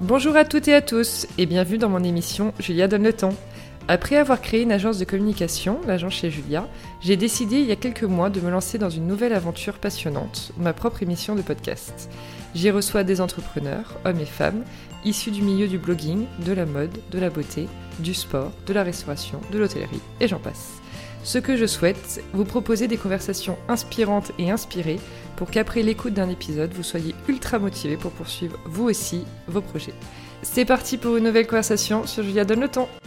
Bonjour à toutes et à tous et bienvenue dans mon émission Julia donne le temps. Après avoir créé une agence de communication, l'agence chez Julia, j'ai décidé il y a quelques mois de me lancer dans une nouvelle aventure passionnante, ma propre émission de podcast. J'y reçois des entrepreneurs, hommes et femmes, issus du milieu du blogging, de la mode, de la beauté, du sport, de la restauration, de l'hôtellerie et j'en passe. Ce que je souhaite, vous proposer des conversations inspirantes et inspirées pour qu'après l'écoute d'un épisode, vous soyez ultra motivés pour poursuivre vous aussi vos projets. C'est parti pour une nouvelle conversation sur Julia donne le temps.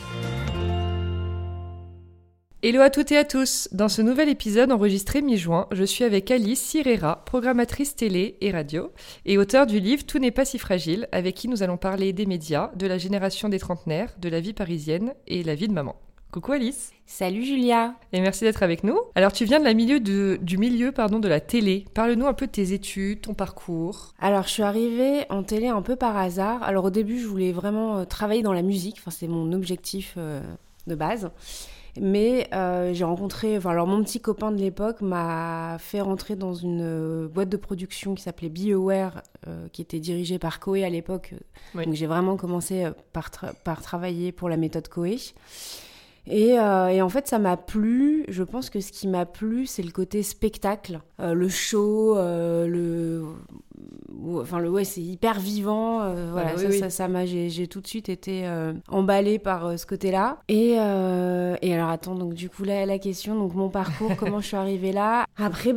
Hello à toutes et à tous. Dans ce nouvel épisode enregistré mi-juin, je suis avec Alice Sirera, programmatrice télé et radio, et auteure du livre Tout n'est pas si fragile, avec qui nous allons parler des médias, de la génération des trentenaires, de la vie parisienne et la vie de maman. Coucou Alice. Salut Julia. Et merci d'être avec nous. Alors tu viens de du milieu de la télé. Parle-nous un peu de tes études, ton parcours. Alors je suis arrivée en télé un peu par hasard. Alors au début je voulais vraiment travailler dans la musique, enfin c'est mon objectif de base. Mais j'ai rencontré, mon petit copain de l'époque m'a fait rentrer dans une boîte de production qui s'appelait Be Aware, qui était dirigée par Coé à l'époque. Oui. Donc j'ai vraiment commencé par travailler pour la méthode Coé. Et en fait, ça m'a plu. Je pense que ce qui m'a plu, c'est le côté spectacle, le show, c'est hyper vivant. J'ai tout de suite été emballée par ce côté-là. Et alors attends, donc du coup là la question, donc mon parcours, comment je suis arrivée là. Après,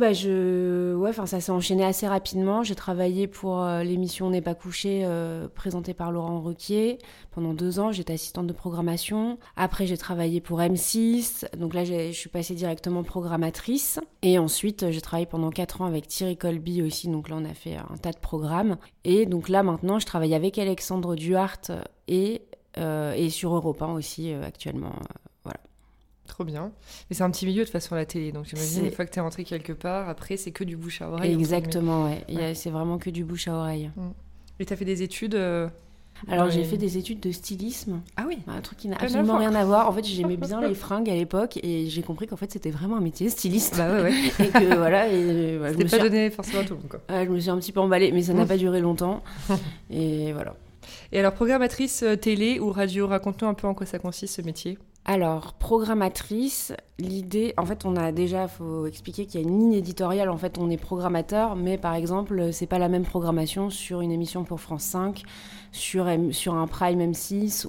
ça s'est enchaîné assez rapidement. J'ai travaillé pour l'émission On n'est pas couché, présentée par Laurent Ruquier. Pendant 2 ans, j'étais assistante de programmation. Après, j'ai travaillé pour M6. Donc là, je suis passée directement programmatrice. Et ensuite, j'ai travaillé pendant 4 ans avec Thierry Colby aussi. Donc là, on a fait un tas de programmes. Et donc là, maintenant, je travaille avec Alexandre Duhart et sur Europe 1 aussi actuellement. Voilà. Trop bien. Mais c'est un petit milieu de toute façon à la télé. Donc j'imagine une fois que tu es rentrée quelque part, après, c'est que du bouche à oreille. Exactement, ouais. C'est vraiment que du bouche à oreille. Et tu as fait des études Alors j'ai fait des études de stylisme. Ah oui. Un truc qui n'a absolument rien à voir. En fait, j'aimais bien les fringues à l'époque et j'ai compris qu'en fait c'était vraiment un métier styliste. Bah ouais. Et que voilà. C'était pas donné forcément à tout le monde, quoi. Je me suis un petit peu emballée, mais ça n'a pas duré longtemps. Et voilà. Et alors programmatrice télé ou radio, raconte-nous un peu en quoi ça consiste ce métier. Alors, programmatrice, l'idée... En fait, faut expliquer qu'il y a une ligne éditoriale. En fait, on est programmateur, mais par exemple, c'est pas la même programmation sur une émission pour France 5, sur un Prime M6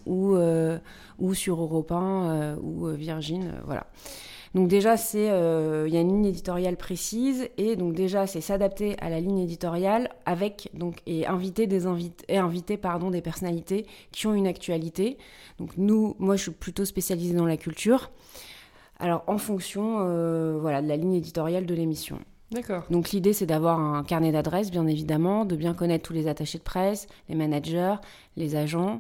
ou sur Europe 1 ou Virgin, voilà. Donc déjà, il y a une ligne éditoriale précise et donc déjà, c'est s'adapter à la ligne éditoriale et inviter des personnalités qui ont une actualité. Donc moi, je suis plutôt spécialisée dans la culture. Alors en fonction, de la ligne éditoriale de l'émission. D'accord. Donc l'idée, c'est d'avoir un carnet d'adresses, bien évidemment, de bien connaître tous les attachés de presse, les managers, les agents.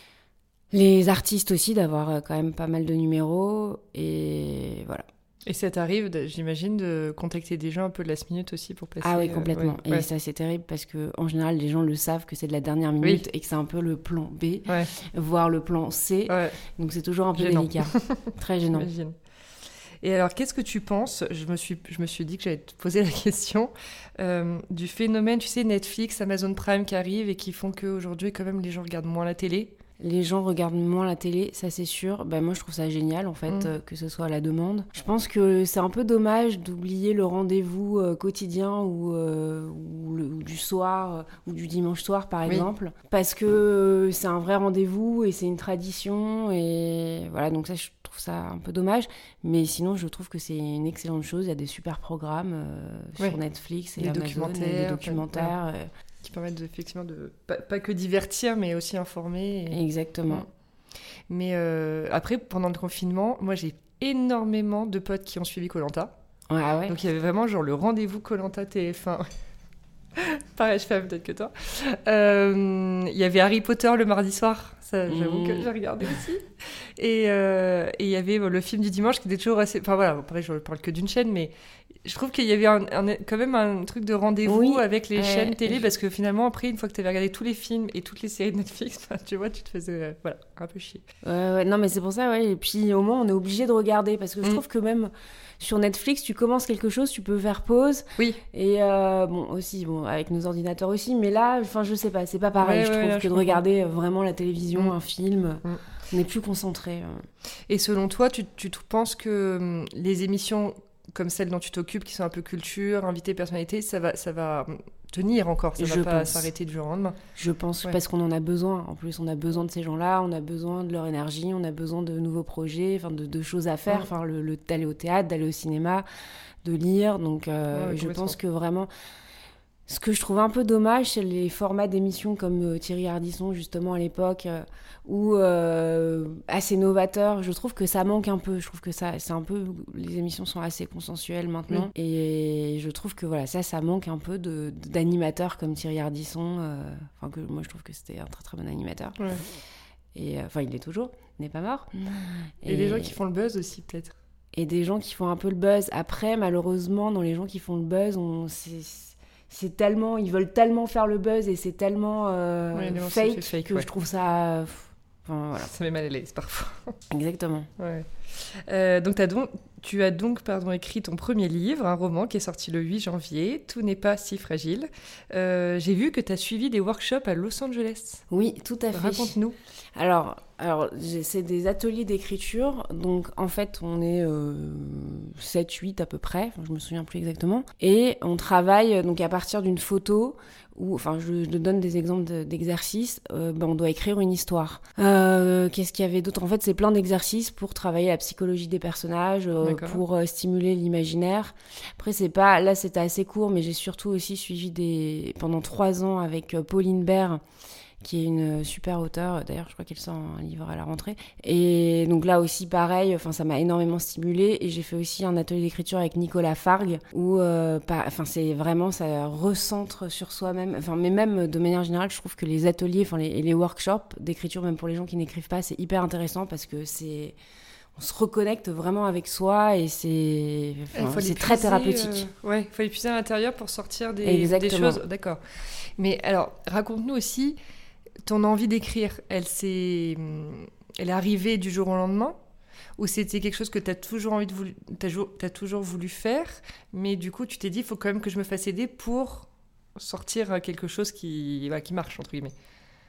Les artistes aussi, d'avoir quand même pas mal de numéros, et voilà. Et ça t'arrive, j'imagine, de contacter des gens un peu de last minute aussi pour placer... Ah oui, complètement. Et ça, c'est terrible parce qu'en général, les gens le savent que c'est de la dernière minute et que c'est un peu le plan B, voire le plan C. Ouais. Donc c'est toujours un peu délicat. Très gênant. J'imagine. Et alors, qu'est-ce que tu penses, je me suis dit que j'allais te poser la question, du phénomène, tu sais, Netflix, Amazon Prime qui arrivent et qui font qu'aujourd'hui, quand même, les gens regardent moins la télé. Les gens regardent moins la télé, ça c'est sûr. Moi je trouve ça génial en fait, que ce soit à la demande. Je pense que c'est un peu dommage d'oublier le rendez-vous quotidien ou du soir ou du dimanche soir par exemple. Parce que c'est un vrai rendez-vous et c'est une tradition et voilà, donc ça je trouve ça un peu dommage. Mais sinon je trouve que c'est une excellente chose, il y a des super programmes sur Netflix et Amazon, des documentaires. Qui permettent effectivement de pas que divertir, mais aussi informer. Exactement. Mais après, pendant le confinement, moi, j'ai énormément de potes qui ont suivi Koh-Lanta. Ah ouais. Donc, il y avait vraiment genre le rendez-vous Koh-Lanta TF1. Pareil, je fais peut-être que toi. Il y avait Harry Potter le mardi soir. Ça, j'avoue que j'ai regardé aussi. Et il y avait le film du dimanche qui était toujours assez... Enfin voilà, après je parle que d'une chaîne, mais je trouve qu'il y avait quand même un truc de rendez-vous avec les chaînes télé, parce que finalement, après, une fois que tu avais regardé tous les films et toutes les séries de Netflix, tu vois, tu te faisais un peu chier. Non, mais c'est pour ça, et puis au moins, on est obligé de regarder, parce que je trouve que même sur Netflix, tu commences quelque chose, tu peux faire pause. Oui. Et avec nos ordinateurs aussi, mais là, je sais pas, c'est pas pareil, je trouve, que de regarder vraiment la télévision, un film. On est plus concentré. Et selon toi, tu penses que les émissions comme celles dont tu t'occupes, qui sont un peu culture, invité, personnalité, ça va tenir encore, ça va pas s'arrêter du jour au lendemain? Je pense, parce qu'on en a besoin. En plus, on a besoin de ces gens-là, on a besoin de leur énergie, on a besoin de nouveaux projets, de choses à faire, d'aller au théâtre, d'aller au cinéma, de lire. Donc, je pense que vraiment... Ce que je trouve un peu dommage, c'est les formats d'émissions comme Thierry Ardisson, justement, à l'époque, ou assez novateurs. Je trouve que ça manque un peu. Je trouve que c'est un peu... Les émissions sont assez consensuelles maintenant. Et je trouve que ça manque un peu d'animateurs comme Thierry Ardisson. Moi, je trouve que c'était un très, très bon animateur. Ouais. Et il est toujours, il n'est pas mort. Et les gens qui font le buzz aussi, peut-être. Et des gens qui font un peu le buzz. Après, malheureusement, dans les gens qui font le buzz, c'est tellement, ils veulent tellement faire le buzz et c'est tellement fake que je trouve ça... Ça met mal à l'aise parfois. Exactement. Ouais. Donc tu as donc écrit ton premier livre, un roman qui est sorti le 8 janvier, Tout n'est pas si fragile. J'ai vu que tu as suivi des workshops à Los Angeles. Oui, tout à fait. Raconte-nous. Alors c'est des ateliers d'écriture, donc en fait on est 7-8 à peu près, je me souviens plus exactement, et on travaille donc à partir d'une photo où, je donne des exemples d'exercices, on doit écrire une histoire. Qu'est-ce qu'il y avait d'autre ? En fait, c'est plein d'exercices pour travailler la psychologie des personnages, pour stimuler l'imaginaire. Après, c'était assez court, mais j'ai surtout aussi suivi pendant 3 ans avec Pauline Bert, qui est une super auteure. D'ailleurs, je crois qu'elle sort un livre à la rentrée. Et donc là aussi, pareil, ça m'a énormément stimulée. Et j'ai fait aussi un atelier d'écriture avec Nicolas Fargue, où c'est vraiment, ça recentre sur soi-même. Mais même de manière générale, je trouve que les ateliers, les workshops d'écriture, même pour les gens qui n'écrivent pas, c'est hyper intéressant parce que on se reconnecte vraiment avec soi et c'est très thérapeutique. Il faut épuiser à l'intérieur pour sortir des choses. D'accord. Mais alors, raconte-nous aussi... Ton envie d'écrire, elle est arrivée du jour au lendemain, ou c'était quelque chose que tu as toujours voulu faire, mais du coup tu t'es dit il faut quand même que je me fasse aider pour sortir quelque chose qui marche, entre guillemets.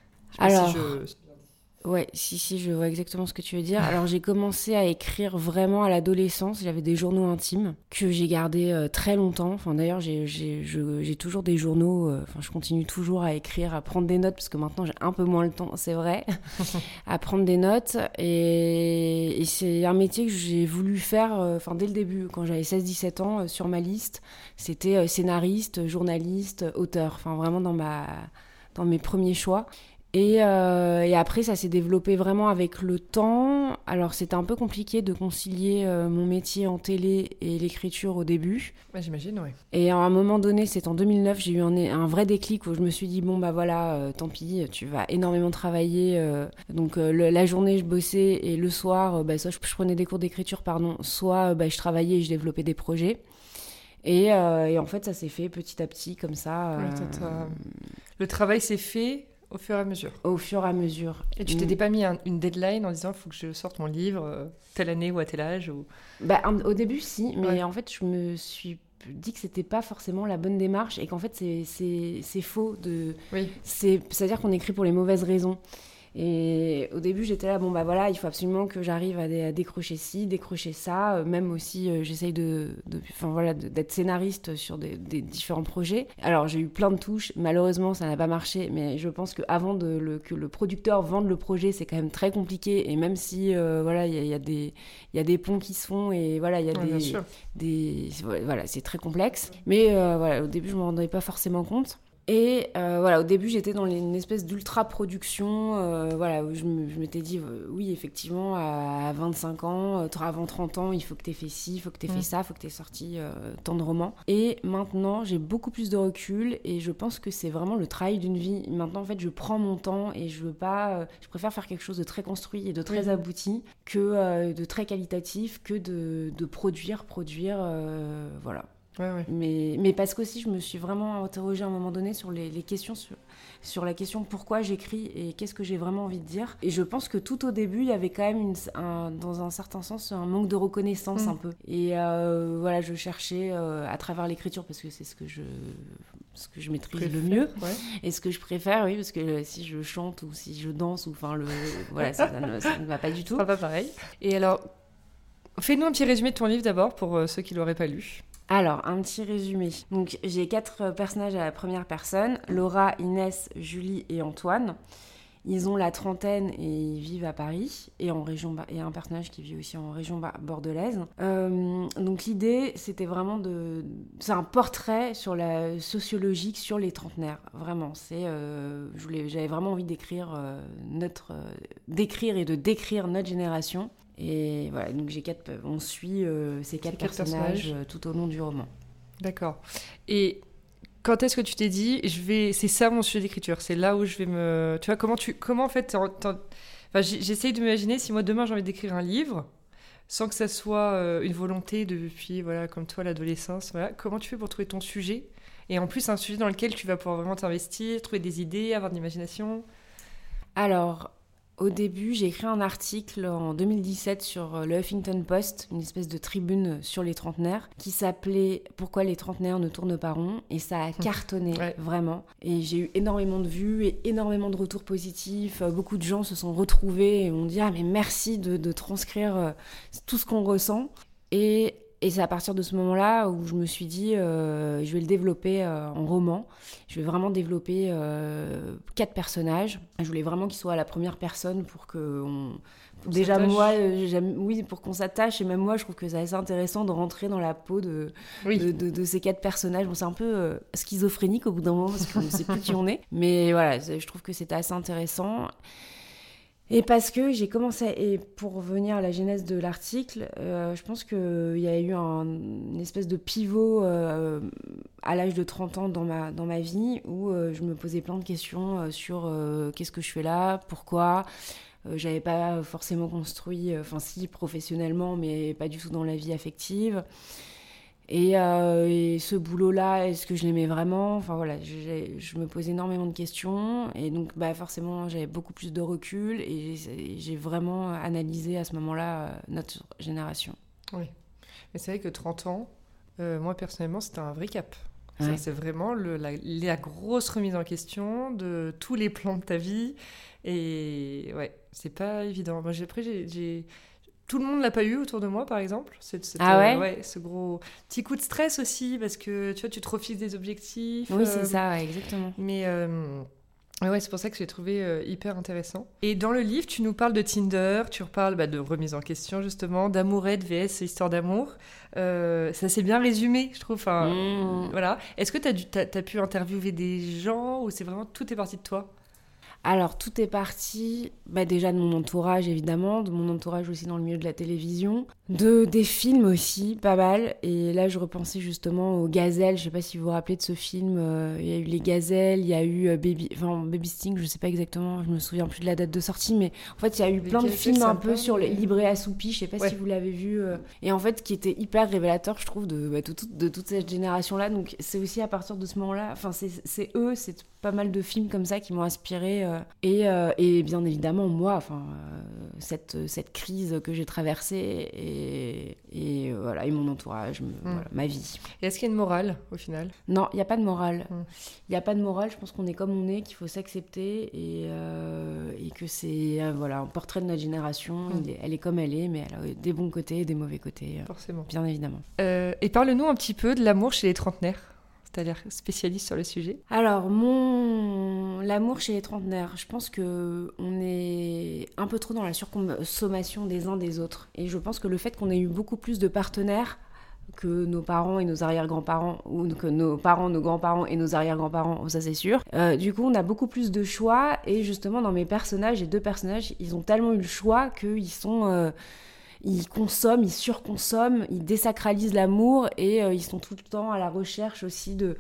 Ouais, si, je vois exactement ce que tu veux dire. Alors, j'ai commencé à écrire vraiment à l'adolescence. J'avais des journaux intimes que j'ai gardés très longtemps. D'ailleurs, j'ai toujours des journaux. Je continue toujours à écrire, à prendre des notes, parce que maintenant, j'ai un peu moins le temps, c'est vrai, à prendre des notes. Et c'est un métier que j'ai voulu faire dès le début. Quand j'avais 16-17 ans, sur ma liste, c'était scénariste, journaliste, auteur. Vraiment dans mes premiers choix. Et après, ça s'est développé vraiment avec le temps. Alors, c'était un peu compliqué de concilier mon métier en télé et l'écriture au début. J'imagine, oui. Et à un moment donné, c'est en 2009, j'ai eu un vrai déclic où je me suis dit, tant pis, tu vas énormément travailler. Donc, la journée, je bossais et le soir, soit je prenais des cours d'écriture, soit je travaillais et je développais des projets. Et en fait, ça s'est fait petit à petit, comme ça. Le travail s'est fait... Au fur et à mesure. Au fur et à mesure. Et tu t'étais pas mis une deadline en disant il faut que je sorte mon livre telle année ou à tel âge ou... Au début, si, mais en fait, je me suis dit que c'était pas forcément la bonne démarche et qu'en fait, c'est faux. C'est-à-dire qu'on écrit pour les mauvaises raisons. Et au début, j'étais là, il faut absolument que j'arrive à décrocher ci, décrocher ça. Même aussi, j'essaye d'être scénariste sur des différents projets. Alors, j'ai eu plein de touches. Malheureusement, ça n'a pas marché. Mais je pense qu'avant que le producteur vende le projet, c'est quand même très compliqué. Et même si, il y a des ponts qui se font et il y a c'est très complexe. Mais au début, je ne m'en rendais pas forcément compte. Et voilà, au début, j'étais dans une espèce d'ultra-production, voilà, où je m'étais dit, oui, effectivement, à 25 ans, avant 30 ans, il faut que t'aies fait ci, il faut que t'aies fait ça, il faut que t'aies sorti tant de romans. Et maintenant, j'ai beaucoup plus de recul et je pense que c'est vraiment le travail d'une vie. Maintenant, en fait, je prends mon temps et je veux pas... je préfère faire quelque chose de très construit et de très abouti que de très qualitatif, que de produire, voilà. Ouais. Mais parce qu'aussi je me suis vraiment interrogée à un moment donné sur les questions sur la question pourquoi j'écris et qu'est-ce que j'ai vraiment envie de dire. Et je pense que tout au début il y avait quand même dans un certain sens un manque de reconnaissance un peu. Et voilà, je cherchais à travers l'écriture, parce que c'est ce que je maîtrise le mieux, et ce que je préfère, oui, parce que si je chante ou si je danse ou voilà, ça ne va pas du tout. Ça va pas pareil. Et alors, fais-nous un petit résumé de ton livre d'abord pour ceux qui l'auraient pas lu. Alors, un petit résumé. Donc, j'ai 4 personnages à la première personne. Laura, Inès, Julie et Antoine. Ils ont la trentaine et ils vivent à Paris. Et en région et un personnage qui vit aussi en région bordelaise. Donc, l'idée, c'était vraiment c'est un portrait sur la sociologique sur les trentenaires. Vraiment. J'avais vraiment envie d'écrire d'écrire et de décrire notre génération. Et voilà, donc on suit ces quatre personnages tout au long du roman. D'accord. Et quand est-ce que tu t'es dit, c'est ça mon sujet d'écriture, c'est là où je vais me... Tu vois, comment en fait... Enfin, j'essaye de m'imaginer si moi demain j'ai envie d'écrire un livre, sans que ça soit une volonté depuis, voilà, comme toi, l'adolescence, voilà. Comment tu fais pour trouver ton sujet ? Et en plus, un sujet dans lequel tu vas pouvoir vraiment t'investir, trouver des idées, avoir de l'imagination. Alors... Au début, j'ai écrit un article en 2017 sur le Huffington Post, une espèce de tribune sur les trentenaires, qui s'appelait « Pourquoi les trentenaires ne tournent pas rond ?» Et ça a cartonné, vraiment. Et j'ai eu énormément de vues et énormément de retours positifs. Beaucoup de gens se sont retrouvés et m'ont dit « Ah, mais merci de transcrire tout ce qu'on ressent. » Et c'est à partir de ce moment-là où je me suis dit, je vais le développer en roman. Je vais vraiment développer 4 personnages. Je voulais vraiment qu'ils soient à la première personne pour que... Déjà, moi, pour qu'on s'attache. Et même moi, je trouve que c'est assez intéressant de rentrer dans la peau de ces 4 personnages. Bon, c'est un peu schizophrénique au bout d'un moment, parce qu'on ne sait plus qui on est. Mais voilà, je trouve que c'était assez intéressant. Et parce que j'ai commencé, et pour revenir à la genèse de l'article, je pense qu'il y a eu une espèce de pivot à l'âge de 30 ans dans ma vie, où je me posais plein de questions sur qu'est-ce que je fais là, pourquoi. J'avais pas forcément construit, si, professionnellement, mais pas du tout dans la vie affective. Et ce boulot-là, est-ce que je l'aimais vraiment ? Enfin voilà, je me posais énormément de questions. Et donc forcément, j'avais beaucoup plus de recul. Et j'ai vraiment analysé à ce moment-là notre génération. Oui. Mais c'est vrai que 30 ans, moi personnellement, c'était un vrai cap. Ouais. C'est vraiment la grosse remise en question de tous les plans de ta vie. Et ouais, c'est pas évident. Moi, tout le monde l'a pas eu autour de moi, par exemple. Ce gros petit coup de stress aussi, parce que tu vois, tu te refises des objectifs. Oui, c'est ça, ouais, exactement. Mais ouais, c'est pour ça que j'ai trouvé hyper intéressant. Et dans le livre, tu nous parles de Tinder, tu reparles de remise en question, justement, d'amourette vs histoire d'amour. Ça s'est bien résumé, je trouve. Voilà. Est-ce que t'as pu interviewer des gens, ou c'est vraiment tout est parti de toi ? Alors, tout est parti déjà de mon entourage, évidemment, de mon entourage aussi dans le milieu de la télévision, des films aussi, pas mal. Et là, je repensais justement aux Gazelles. Je sais pas si vous vous rappelez de ce film. Il y a eu les Gazelles, il y a eu Baby Sting, je sais pas exactement, je me souviens plus de la date de sortie, mais en fait, il y a eu plein de films un peu sur les libres et assoupis. Je sais pas si vous l'avez vu. Et en fait, qui était hyper révélateur, je trouve, de toute cette génération-là. Donc, c'est aussi à partir de ce moment-là, c'est pas mal de films comme ça qui m'ont inspirée. Et bien évidemment, moi, cette crise que j'ai traversée et voilà, et mon entourage, voilà, ma vie. Et est-ce qu'il y a une morale, au final ? Non, il n'y a pas de morale. Il n'y a pas de morale, je pense qu'on est comme on est, qu'il faut s'accepter et que c'est un portrait de notre génération. Elle est comme elle est, mais elle a des bons côtés et des mauvais côtés. Forcément. Bien évidemment. Et parle-nous un petit peu de l'amour chez les trentenaires. T'as l'air spécialiste sur le sujet. Alors, l'amour chez les trentenaires, je pense qu'on est un peu trop dans la surconsommation des uns des autres. Et je pense que le fait qu'on ait eu beaucoup plus de partenaires que nos parents et nos arrière-grands-parents, ou que nos parents, nos grands-parents et nos arrière-grands-parents, ça c'est sûr. Du coup, on a beaucoup plus de choix, et justement, dans mes personnages, les 2 personnages, ils ont tellement eu le choix qu'ils sont... ils consomment, ils surconsomment, ils désacralisent l'amour, et ils sont tout le temps à la recherche aussi de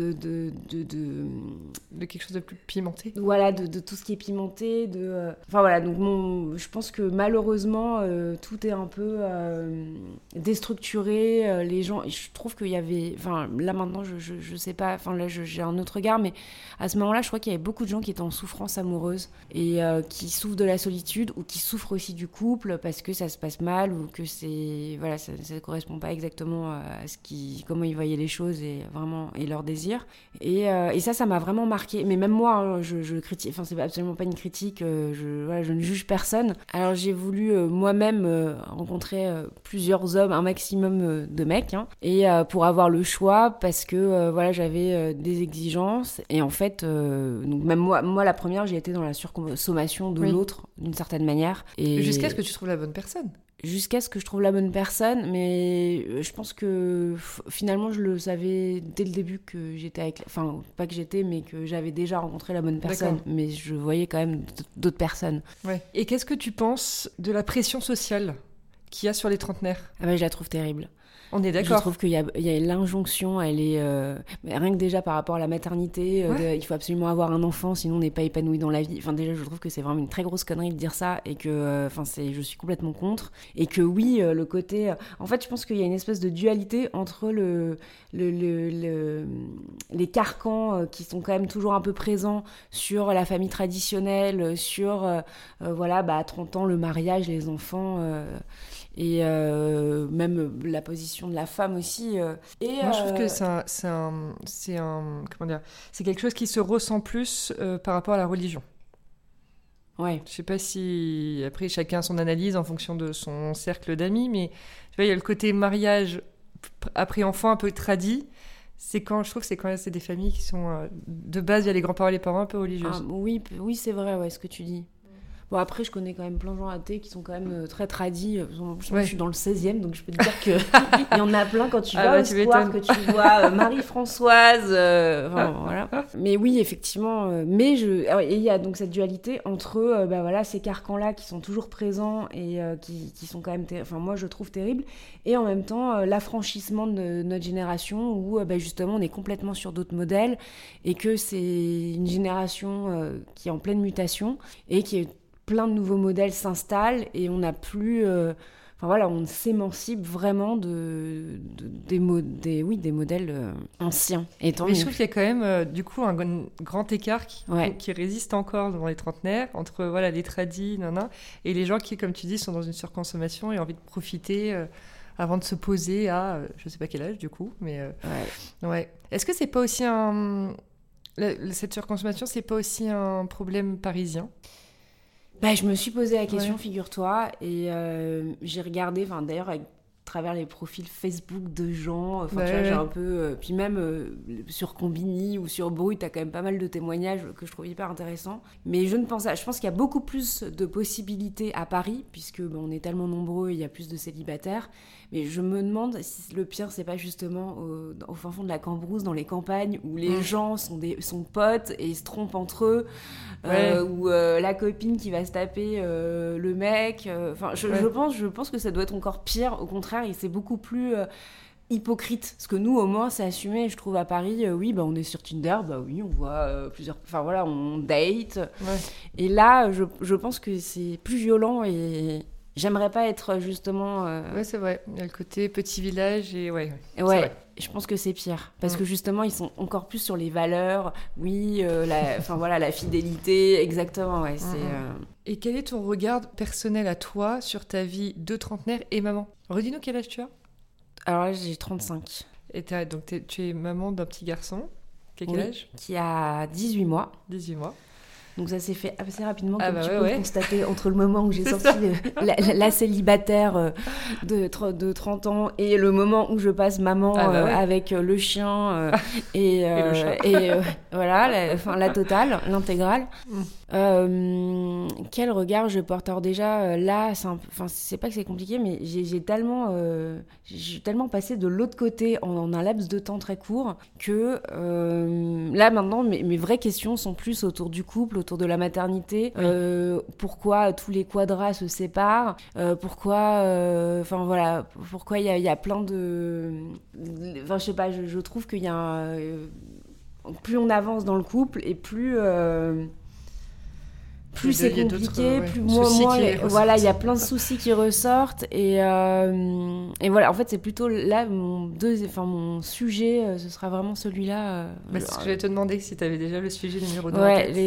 quelque chose de plus pimenté. Voilà, de tout ce qui est pimenté. Enfin voilà, donc je pense que malheureusement, tout est un peu déstructuré. Les gens, je trouve qu'il y avait... Enfin là maintenant, je sais pas, enfin là j'ai un autre regard, mais à ce moment-là, je crois qu'il y avait beaucoup de gens qui étaient en souffrance amoureuse, et qui souffrent de la solitude, ou qui souffrent aussi du couple parce que ça se passe mal, ou que c'est... Voilà, ça ne correspond pas exactement à comment ils voyaient les choses, et leur désir. Et ça m'a vraiment marqué. Mais même moi, hein, je critique, enfin c'est absolument pas une critique, je ne juge personne. Alors j'ai voulu moi-même rencontrer plusieurs hommes, un maximum de mecs, hein, et pour avoir le choix, parce que voilà, j'avais des exigences, et en fait donc même moi la première, j'ai été dans la surconsommation de l'autre, d'une certaine manière, et jusqu'à ce que tu trouves la bonne personne. Jusqu'à ce que je trouve la bonne personne, mais je pense que finalement je le savais dès le début que j'étais avec... Enfin, pas que j'étais, mais que j'avais déjà rencontré la bonne personne. D'accord. Mais je voyais quand même d'autres personnes. Ouais. Et qu'est-ce que tu penses de la pression sociale qu'il y a sur les trentenaires ? Ah ben, je la trouve terrible. On est d'accord. Je trouve qu'il y a l'injonction, elle est... rien que déjà par rapport à la maternité, il faut absolument avoir un enfant, sinon on n'est pas épanoui dans la vie. Enfin déjà, je trouve que c'est vraiment une très grosse connerie de dire ça, et que je suis complètement contre. Et que oui, le côté... En fait, je pense qu'il y a une espèce de dualité entre les carcans qui sont quand même toujours un peu présents sur la famille traditionnelle, sur, à 30 ans, le mariage, les enfants... et même la position de la femme aussi. Moi, je trouve que c'est quelque chose qui se ressent plus par rapport à la religion. Ouais. Je sais pas si... Après, chacun a son analyse en fonction de son cercle d'amis, mais tu vois, il y a le côté mariage après enfant un peu tradit. Je trouve que c'est quand c'est des familles qui sont... de base, il y a les grands-parents et les parents un peu religieuses. Oui, c'est vrai, ouais, ce que tu dis. Bon, après, je connais quand même plein de gens athées qui sont quand même très tradis. Je suis dans le 16e, donc je peux te dire qu'il y en a plein quand tu vas au square, que tu vois Marie-Françoise. Voilà. Mais oui, effectivement. Mais il y a donc cette dualité entre ces carcans-là qui sont toujours présents, et qui sont quand même... moi, je trouve terribles. Et en même temps, l'affranchissement de notre génération, où justement, on est complètement sur d'autres modèles, et que c'est une génération qui est en pleine mutation, et qui est... plein de nouveaux modèles s'installent, et on n'a plus... on s'émancipe vraiment des modèles anciens. Mais je trouve qu'il y a quand même, du coup, un grand écart qui résiste encore dans les trentenaires, entre les tradis, et les gens qui, comme tu dis, sont dans une surconsommation et ont envie de profiter... avant de se poser à, je sais pas quel âge, du coup, mais... Ouais. Est-ce que c'est pas aussi cette surconsommation, c'est pas aussi un problème parisien ? Je me suis posé la question, figure-toi, et j'ai regardé, d'ailleurs, à travers les profils Facebook de gens, j'ai un peu... puis même sur Combini ou sur Brut, t'as quand même pas mal de témoignages que je trouve hyper intéressants. Mais je pense qu'il y a beaucoup plus de possibilités à Paris, puisque on est tellement nombreux, il y a plus de célibataires. Mais je me demande si le pire, c'est pas justement au fin fond de la Cambrousse, dans les campagnes, où les gens sont potes et se trompent entre eux, ou la copine qui va se taper le mec. Je pense que ça doit être encore pire. Au contraire, et c'est beaucoup plus hypocrite. Parce que nous, au moins, c'est assumé. Je trouve à Paris, on est sur Tinder, on voit plusieurs... on date. Ouais. Et là, je pense que c'est plus violent, et... J'aimerais pas être justement... Ouais, c'est vrai. Il y a le côté petit village et je pense que c'est pire. Parce que justement, ils sont encore plus sur les valeurs. Oui, la fidélité, exactement. Ouais, Et quel est ton regard personnel à toi sur ta vie de trentenaire et maman ? Redis-nous quel âge tu as ? Alors là, j'ai 35. Et tu es maman d'un petit garçon. Quel âge ? Qui a 18 mois. 18 mois. Donc ça s'est fait assez rapidement, comme tu peux le constater, entre le moment où j'ai sorti la célibataire de 30 ans et le moment où je passe maman avec le chien et la totale, l'intégrale. Quel regard je porte? Alors déjà, là, c'est pas que c'est compliqué, mais j'ai tellement passé de l'autre côté en un laps de temps très court que là, maintenant, mes vraies questions sont plus autour du couple, autour de la maternité. Pourquoi tous les quadras se séparent? Pourquoi il y a plein de... Enfin, je sais pas, je trouve qu'il y a plus on avance dans le couple et plus c'est compliqué, plus moins il y a plein de soucis qui ressortent et voilà, en fait c'est plutôt là mon sujet, ce sera vraiment celui-là. C'est ce que j'allais te demander, si tu avais déjà le sujet numéro 2 en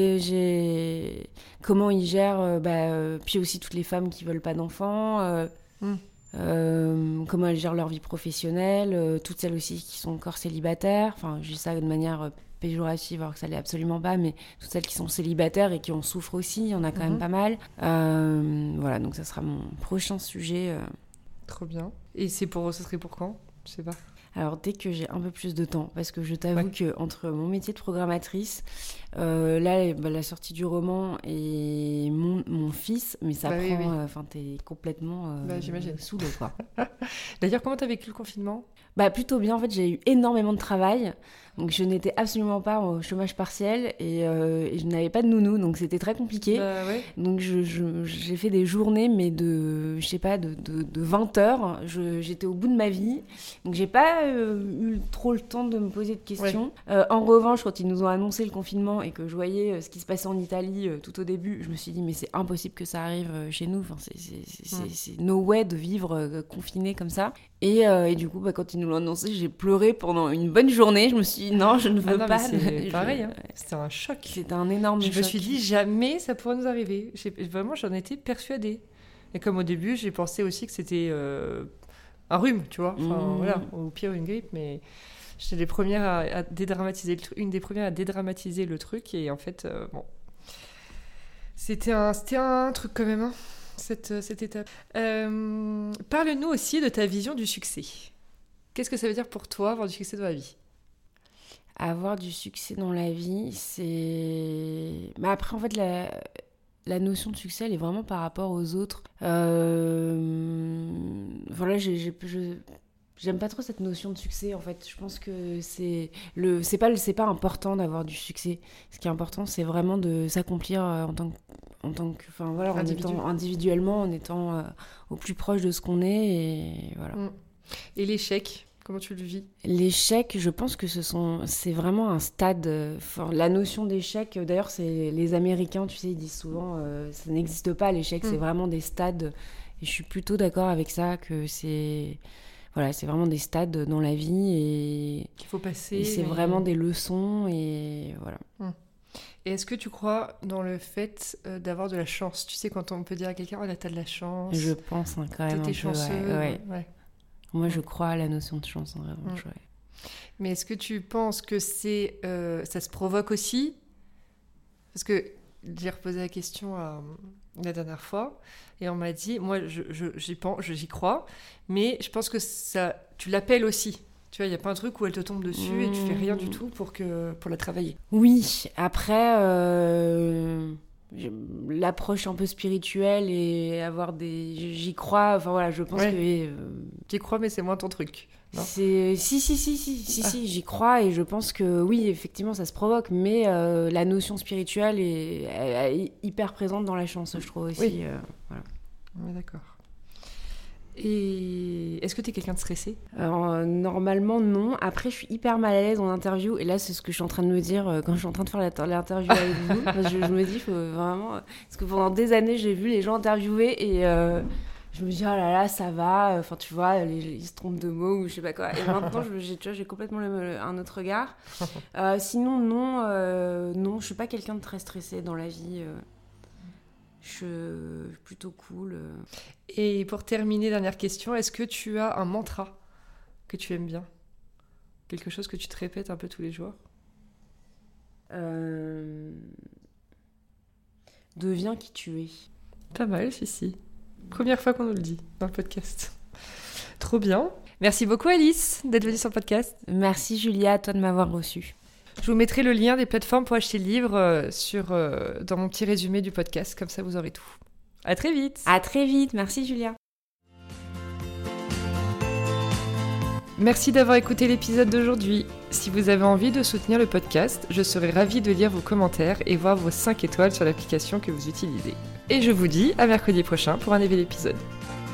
tête. Comment ils gèrent, puis aussi toutes les femmes qui veulent pas d'enfants. Comment elles gèrent leur vie professionnelle, toutes celles aussi qui sont encore célibataires, enfin je dis ça de manière péjorative alors que ça l'est absolument pas, mais toutes celles qui sont célibataires et qui en souffrent aussi, il y en a quand même pas mal. Voilà, donc ça sera mon prochain sujet. Trop bien. Et ce serait pour quand? Je sais pas. Alors dès que j'ai un peu plus de temps, parce que je t'avoue que entre mon métier de programmatrice, la sortie du roman et mon fils, mais ça prend, enfin t'es complètement sous l'eau quoi. D'ailleurs, comment t'as vécu le confinement? Plutôt bien, en fait j'ai eu énormément de travail, donc je n'étais absolument pas au chômage partiel et je n'avais pas de nounou, donc c'était très compliqué. Donc j'ai fait des journées mais de 20 heures, j'étais au bout de ma vie, donc j'ai pas eu trop le temps de me poser de questions. En revanche, quand ils nous ont annoncé le confinement et que je voyais ce qui se passait en Italie tout au début, je me suis dit mais c'est impossible que ça arrive chez nous, enfin, c'est no way de vivre confiné comme ça. Et du coup, quand ils nous l'ont annoncé, j'ai pleuré pendant une bonne journée. Je me suis dit non, je ne veux pas. C'est pareil, c'était un choc. C'était un énorme choc. Je me suis dit jamais ça pourrait nous arriver. Vraiment, j'en étais persuadée. Et comme au début, j'ai pensé aussi que c'était un rhume, tu vois. Enfin, voilà, au pire une grippe, mais j'étais les premières à dédramatiser une des premières à dédramatiser le truc. Et en fait, c'était un truc quand même, hein. Cette étape. Parle-nous aussi de ta vision du succès. Qu'est-ce que ça veut dire pour toi avoir du succès dans la vie? Avoir du succès dans la vie, c'est... après, en fait, la notion de succès, elle est vraiment par rapport aux autres. Voilà, j'aime pas trop cette notion de succès, en fait. Je pense que c'est pas important d'avoir du succès. Ce qui est important, c'est vraiment de s'accomplir en tant que enfin voilà, en étant individuellement, en étant au plus proche de ce qu'on est, et voilà. Et l'échec, comment tu le vis? L'échec, je pense que c'est vraiment un stade. La notion d'échec, d'ailleurs, c'est les Américains, tu sais, ils disent souvent ça n'existe pas l'échec, c'est vraiment des stades. Et je suis plutôt d'accord avec ça, que c'est vraiment des stades dans la vie et qu'il faut passer. Et c'est vraiment des leçons et voilà. Et est-ce que tu crois dans le fait d'avoir de la chance? Tu sais, quand on peut dire à quelqu'un, oh là, t'as de la chance. Je pense quand même un peu. Chanceux. Ouais. Moi, je crois à la notion de chance en revanche. Mais est-ce que tu penses que ça se provoque aussi? Parce que j'ai reposé la question la dernière fois et on m'a dit, moi, j'y crois, mais je pense que tu l'appelles aussi. Tu vois, il n'y a pas un truc où elle te tombe dessus et tu fais rien du tout pour la travailler. Oui, après, l'approche un peu spirituelle et avoir j'y crois, enfin voilà, je pense que... J'y crois, mais c'est moins ton truc. Non, si, j'y crois et je pense que oui, effectivement, ça se provoque, mais la notion spirituelle est hyper présente dans la chance, je trouve aussi. Oui. Voilà. Ouais, d'accord. Et est-ce que tu es quelqu'un de stressé? Alors, normalement, non. Après, je suis hyper mal à l'aise en interview. Et là, c'est ce que je suis en train de me dire quand je suis en train de faire l'interview avec vous. je me dis, il faut vraiment... Parce que pendant des années, j'ai vu les gens interviewer et je me dis, oh là là, ça va. Enfin, tu vois, ils se trompent de mots ou je sais pas quoi. Et maintenant, j'ai complètement un autre regard. Sinon, non, je suis pas quelqu'un de très stressé dans la vie. Je suis plutôt cool. Et pour terminer, dernière question, est-ce que tu as un mantra que tu aimes bien? Quelque chose que tu te répètes un peu tous les jours? Deviens qui tu es. Pas mal, si. Première fois qu'on nous le dit dans le podcast. Trop bien. Merci beaucoup Alice d'être venue sur le podcast. Merci Julia, à toi de m'avoir reçue. Je vous mettrai le lien des plateformes pour acheter le livre dans mon petit résumé du podcast, comme ça vous aurez tout. À très vite. À très vite, merci Julia. Merci d'avoir écouté l'épisode d'aujourd'hui. Si vous avez envie de soutenir le podcast, je serai ravie de lire vos commentaires et voir vos 5 étoiles sur l'application que vous utilisez. Et je vous dis à mercredi prochain pour un nouvel épisode.